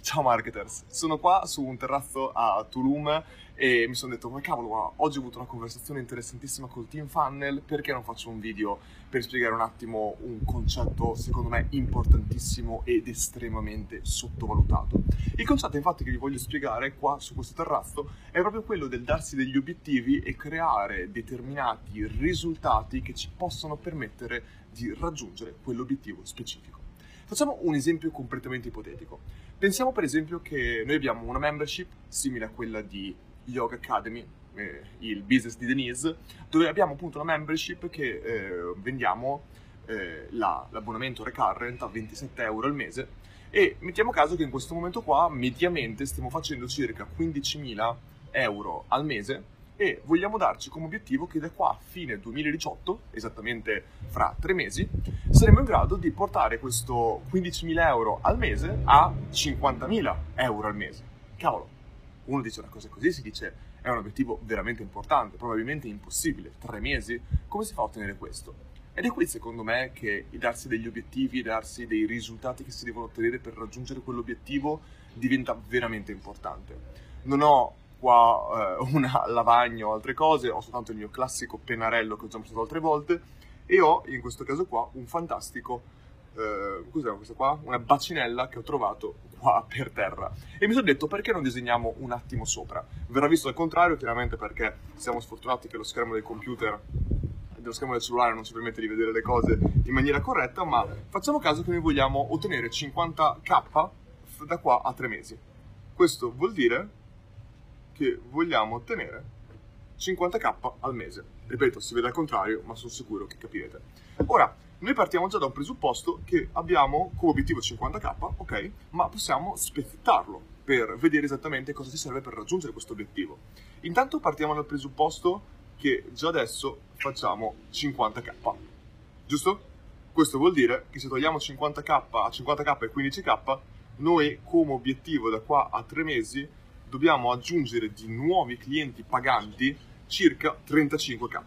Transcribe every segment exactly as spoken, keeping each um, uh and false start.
Ciao marketers, sono qua su un terrazzo a Tulum e mi sono detto, ma cavolo, ma oggi ho avuto una conversazione interessantissima col team Funnel, perché non faccio un video per spiegare un attimo un concetto secondo me importantissimo ed estremamente sottovalutato. Il concetto infatti che vi voglio spiegare qua su questo terrazzo è proprio quello del darsi degli obiettivi e creare determinati risultati che ci possono permettere di raggiungere quell'obiettivo specifico. Facciamo un esempio completamente ipotetico. Pensiamo per esempio che noi abbiamo una membership simile a quella di Yoga Academy, eh, il business di Denise, dove abbiamo appunto una membership che eh, vendiamo eh, la, l'abbonamento recurrent a ventisette euro al mese e mettiamo caso che in questo momento qua mediamente stiamo facendo circa quindicimila euro al mese e vogliamo darci come obiettivo che da qua a fine duemiladiciotto, esattamente fra tre mesi, saremo in grado di portare questo quindicimila euro al mese a cinquantamila euro al mese. Cavolo, uno dice una cosa così, si dice è un obiettivo veramente importante, probabilmente impossibile, tre mesi, come si fa a ottenere questo? Ed è qui secondo me che darsi degli obiettivi, darsi dei risultati che si devono ottenere per raggiungere quell'obiettivo diventa veramente importante. Non ho qua eh, una lavagna o altre cose, ho soltanto il mio classico pennarello che ho già mostrato altre volte e ho in questo caso qua un fantastico, eh, cos'è questo qua? Una bacinella che ho trovato qua per terra e mi sono detto perché non disegniamo un attimo sopra. Verrà visto al contrario chiaramente perché siamo sfortunati che lo schermo del computer, dello schermo del cellulare non ci permette di vedere le cose in maniera corretta, ma facciamo caso che noi vogliamo ottenere cinquanta k da qua a tre mesi. Questo vuol dire che vogliamo ottenere cinquanta k al mese. Ripeto, si vede al contrario, ma sono sicuro che capirete. Ora, noi partiamo già da un presupposto che abbiamo come obiettivo cinquanta k, ok? Ma possiamo spezzettarlo per vedere esattamente cosa ci serve per raggiungere questo obiettivo. Intanto partiamo dal presupposto che già adesso facciamo cinquanta k, giusto? Questo vuol dire che se togliamo cinquanta k a cinquanta k e quindici k, noi come obiettivo da qua a tre mesi dobbiamo aggiungere di nuovi clienti paganti circa trentacinque k.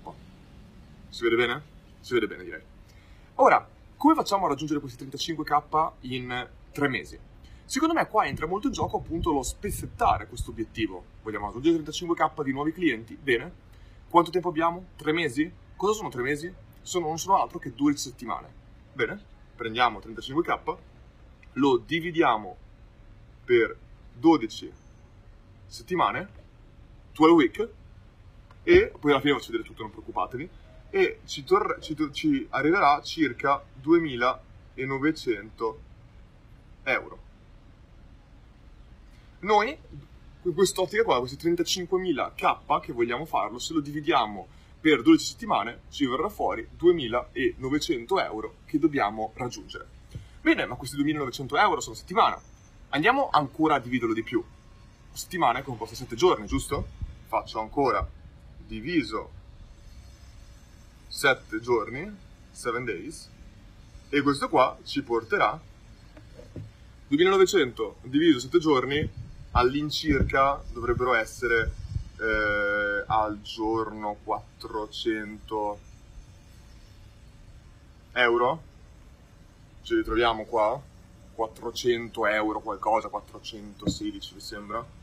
Si vede bene? Si vede bene, direi. Ora, come facciamo a raggiungere questi trentacinque k in tre mesi? Secondo me qua entra molto in gioco appunto lo spezzettare questo obiettivo. Vogliamo raggiungere trentacinque k di nuovi clienti? Bene. Quanto tempo abbiamo? Tre mesi? Cosa sono tre mesi? Sono non sono altro che dodici settimane. Bene. Prendiamo trentacinque k, lo dividiamo per dodici settimane, dodici week, e poi alla fine faccio vedere tutto, non preoccupatevi, e ci, torre, ci, ci arriverà circa duemilanovecento euro. Noi, in quest'ottica qua, questi trentacinquemila k che vogliamo farlo, se lo dividiamo per dodici settimane, ci verrà fuori duemilanovecento euro che dobbiamo raggiungere. Bene, ma questi duemilanovecento euro sono settimana. Andiamo ancora a dividerlo di più. Settimana è composta da sette giorni, giusto? Faccio ancora diviso sette giorni, sette days, e questo qua ci porterà duemilanovecento diviso sette giorni, all'incirca dovrebbero essere eh, al giorno quattrocento euro. Ci ritroviamo qua, quattrocento euro qualcosa, quattrocentosedici mi sembra.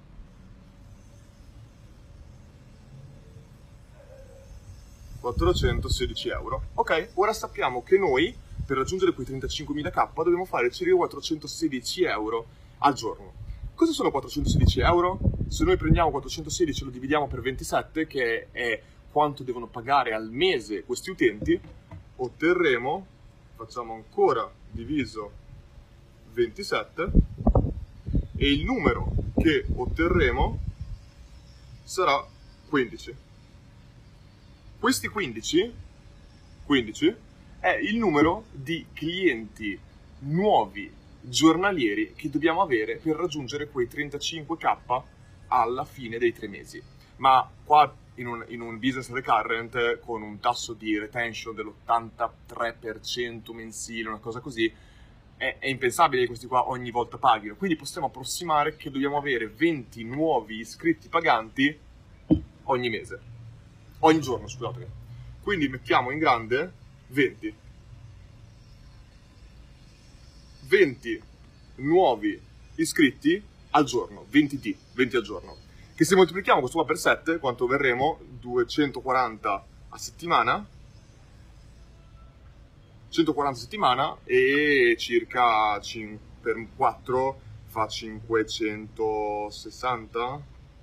quattrocentosedici euro. Ok, ora sappiamo che noi per raggiungere quei trentacinquemila k dobbiamo fare circa quattrocentosedici euro al giorno. Cosa sono quattrocentosedici euro? Se noi prendiamo quattrocentosedici e lo dividiamo per ventisette, che è quanto devono pagare al mese questi utenti, otterremo, facciamo ancora diviso ventisette, e il numero che otterremo sarà quindici. Questi quindici, quindici è il numero di clienti nuovi giornalieri che dobbiamo avere per raggiungere quei trentacinque k alla fine dei tre mesi. Ma qua in un, in un business recurrent con un tasso di retention dell'ottantatré per cento mensile, una cosa così, è, è impensabile che questi qua ogni volta paghino. Quindi possiamo approssimare che dobbiamo avere venti nuovi iscritti paganti ogni mese. Ogni giorno, scusate. Quindi mettiamo in grande venti. venti nuovi iscritti al giorno, venti D, venti al giorno. Che se moltiplichiamo questo qua per sette, quanto otterremo? duecentoquaranta a settimana, centoquaranta a settimana e circa per quattro fa cinquecentosessanta,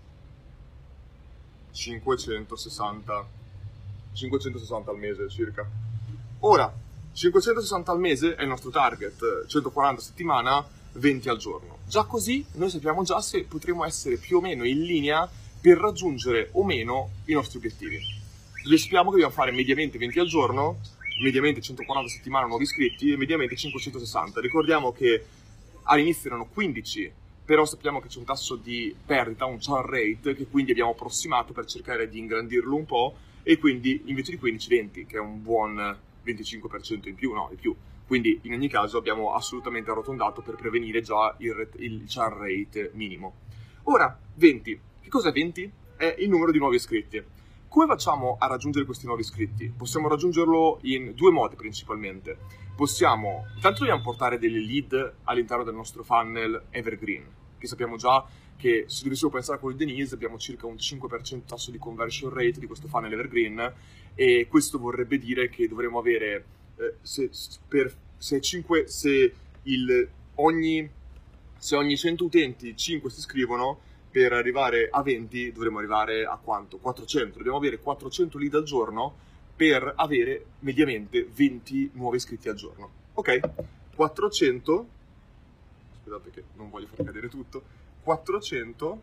cinquecentosessanta, cinquecentosessanta al mese circa. Ora, cinquecentosessanta al mese è il nostro target, centoquaranta a settimana, venti al giorno. Già così noi sappiamo già se potremo essere più o meno in linea per raggiungere o meno i nostri obiettivi. Noi sappiamo che dobbiamo fare mediamente venti al giorno, mediamente centoquaranta a settimana nuovi iscritti e mediamente cinquecentosessanta. Ricordiamo che all'inizio erano quindici, però sappiamo che c'è un tasso di perdita, un churn rate, che quindi abbiamo approssimato per cercare di ingrandirlo un po', e quindi invece di quindici venti, che è un buon venticinque per cento in più, no, di più. Quindi in ogni caso abbiamo assolutamente arrotondato per prevenire già il, il churn rate minimo. Ora, venti. Che cos'è venti? È il numero di nuovi iscritti. Come facciamo a raggiungere questi nuovi iscritti? Possiamo raggiungerlo in due modi principalmente. Possiamo, intanto dobbiamo portare delle lead all'interno del nostro funnel evergreen, che sappiamo già che se dovessimo pensare a quello di Denise abbiamo circa un cinque per cento tasso di conversion rate di questo funnel evergreen, e questo vorrebbe dire che dovremmo avere, eh, se, per, se, cinque, se, il, ogni, se ogni cento utenti cinque si iscrivono, per arrivare a venti dovremmo arrivare a quanto? quattrocento. Dobbiamo avere quattrocento lead al giorno per avere mediamente venti nuovi iscritti al giorno. Ok? quattrocento, scusate che non voglio far cadere tutto, quattrocento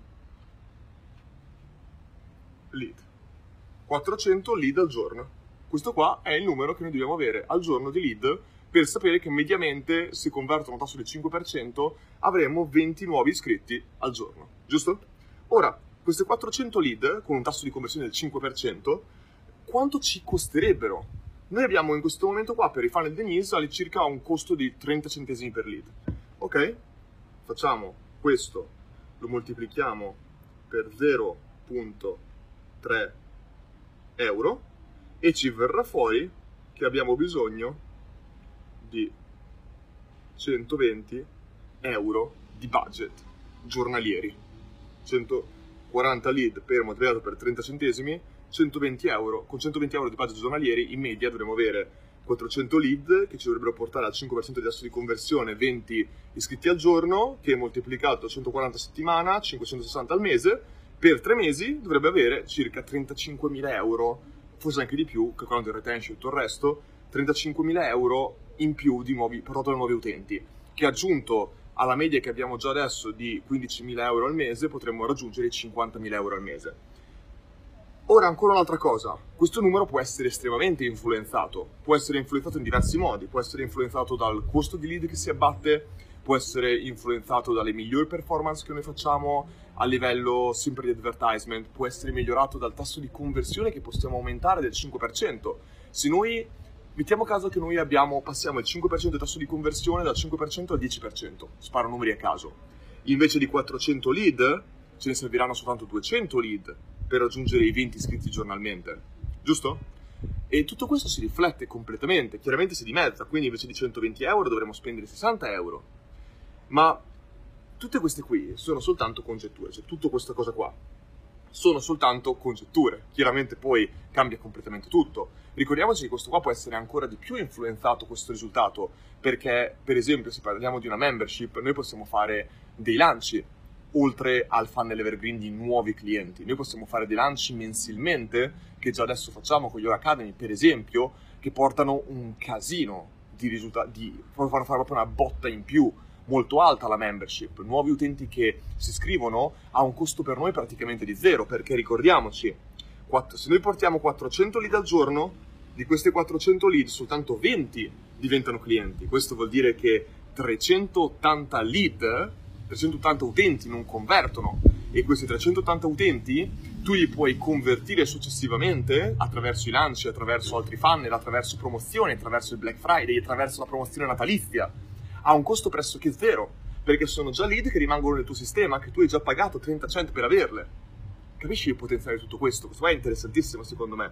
lead. quattrocento lead al giorno. Questo qua è il numero che noi dobbiamo avere al giorno di lead per sapere che mediamente, se convertono un tasso del cinque per cento, avremo venti nuovi iscritti al giorno. Giusto? Ora, queste quattrocento lead, con un tasso di conversione del cinque per cento, quanto ci costerebbero? Noi abbiamo in questo momento qua, per i funnel Denise, all'incirca un costo di trenta centesimi per lead. Ok? Facciamo questo, lo moltiplichiamo per zero virgola tre euro e ci verrà fuori che abbiamo bisogno di centoventi euro di budget giornalieri. centoquaranta lead per moltiplicato per trenta centesimi, centoventi euro. Con centoventi euro di budget giornalieri in media dovremo avere quattrocento lead che ci dovrebbero portare al cinque per cento di tasso di conversione, venti iscritti al giorno, che moltiplicato centoquaranta a settimana, cinquecentosessanta al mese, per tre mesi dovrebbe avere circa trentacinquemila euro, forse anche di più, calcolando il retention e tutto il resto, trentacinquemila euro in più di nuovi, prodotto da nuovi utenti, che aggiunto alla media che abbiamo già adesso di quindicimila euro al mese potremmo raggiungere i cinquantamila euro al mese. Ora ancora un'altra cosa, questo numero può essere estremamente influenzato, può essere influenzato in diversi modi, può essere influenzato dal costo di lead che si abbatte, può essere influenzato dalle migliori performance che noi facciamo a livello sempre di advertisement, può essere migliorato dal tasso di conversione che possiamo aumentare del cinque per cento. Se noi mettiamo caso che noi abbiamo, passiamo il cinque per cento del tasso di conversione dal cinque per cento al dieci per cento, sparo numeri a caso. Invece di quattrocento lead, ce ne serviranno soltanto duecento lead per raggiungere i venti iscritti giornalmente, giusto? E tutto questo si riflette completamente, chiaramente si dimezza, quindi invece di centoventi euro dovremo spendere sessanta euro. Ma tutte queste qui sono soltanto congetture, cioè tutta questa cosa qua sono soltanto congetture, chiaramente poi cambia completamente tutto. Ricordiamoci che questo qua può essere ancora di più influenzato, questo risultato, perché per esempio se parliamo di una membership noi possiamo fare dei lanci oltre al funnel evergreen di nuovi clienti. Noi possiamo fare dei lanci mensilmente, che già adesso facciamo con Your Academy per esempio, che portano un casino di risultati, fanno fare proprio una botta in più molto alta alla membership, nuovi utenti che si iscrivono a un costo per noi praticamente di zero, perché ricordiamoci, se noi portiamo quattrocento lead al giorno, di queste quattrocento lead soltanto venti diventano clienti. Questo vuol dire che trecentottanta lead, trecentottanta utenti non convertono, e questi trecentottanta utenti tu li puoi convertire successivamente attraverso i lanci, attraverso altri funnel, attraverso promozioni, attraverso il Black Friday, attraverso la promozione natalizia, a un costo pressoché zero, perché sono già lead che rimangono nel tuo sistema, che tu hai già pagato trenta cent per averle. Capisci il potenziale di tutto questo? Questo è interessantissimo secondo me.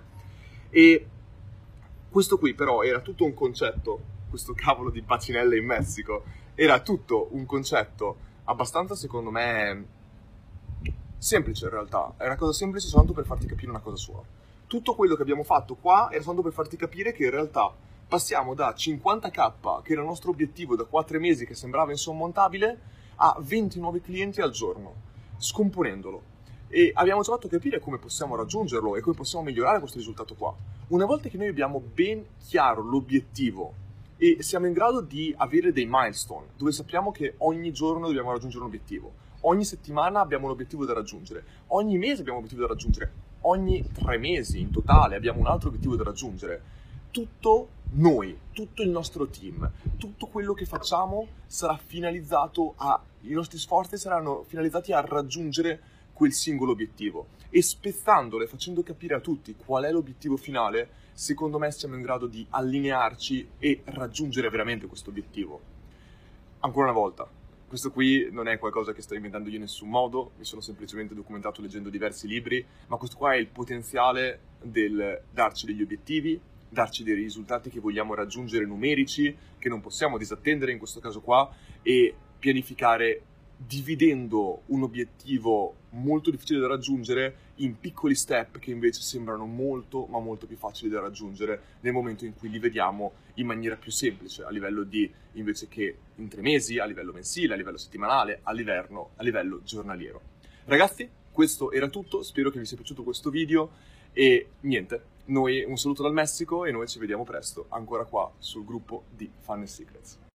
E questo qui però era tutto un concetto, questo cavolo di bacinelle in Messico, era tutto un concetto abbastanza, secondo me, semplice in realtà. È una cosa semplice soltanto per farti capire una cosa sola. Tutto quello che abbiamo fatto qua era soltanto per farti capire che in realtà passiamo da cinquanta k, che era il nostro obiettivo da quattro mesi, che sembrava insormontabile, a venti nuovi clienti al giorno, scomponendolo. E abbiamo già fatto capire come possiamo raggiungerlo e come possiamo migliorare questo risultato qua. Una volta che noi abbiamo ben chiaro l'obiettivo e siamo in grado di avere dei milestone, dove sappiamo che ogni giorno dobbiamo raggiungere un obiettivo, ogni settimana abbiamo un obiettivo da raggiungere, ogni mese abbiamo un obiettivo da raggiungere, ogni tre mesi in totale abbiamo un altro obiettivo da raggiungere. Tutto noi, tutto il nostro team, tutto quello che facciamo sarà finalizzato a, i nostri sforzi saranno finalizzati a raggiungere quel singolo obiettivo, e spezzandolo e facendo capire a tutti qual è l'obiettivo finale, secondo me siamo in grado di allinearci e raggiungere veramente questo obiettivo. Ancora una volta, questo qui non è qualcosa che sto inventando io in nessun modo, mi sono semplicemente documentato leggendo diversi libri, ma questo qua è il potenziale del darci degli obiettivi, darci dei risultati che vogliamo raggiungere numerici, che non possiamo disattendere in questo caso qua, e pianificare dividendo un obiettivo molto difficile da raggiungere in piccoli step che invece sembrano molto ma molto più facili da raggiungere nel momento in cui li vediamo in maniera più semplice, a livello di, invece che in tre mesi, a livello mensile, a livello settimanale, a livello, a livello giornaliero. Ragazzi, questo era tutto, spero che vi sia piaciuto questo video e niente, noi un saluto dal Messico e noi ci vediamo presto ancora qua sul gruppo di Funnel Secrets.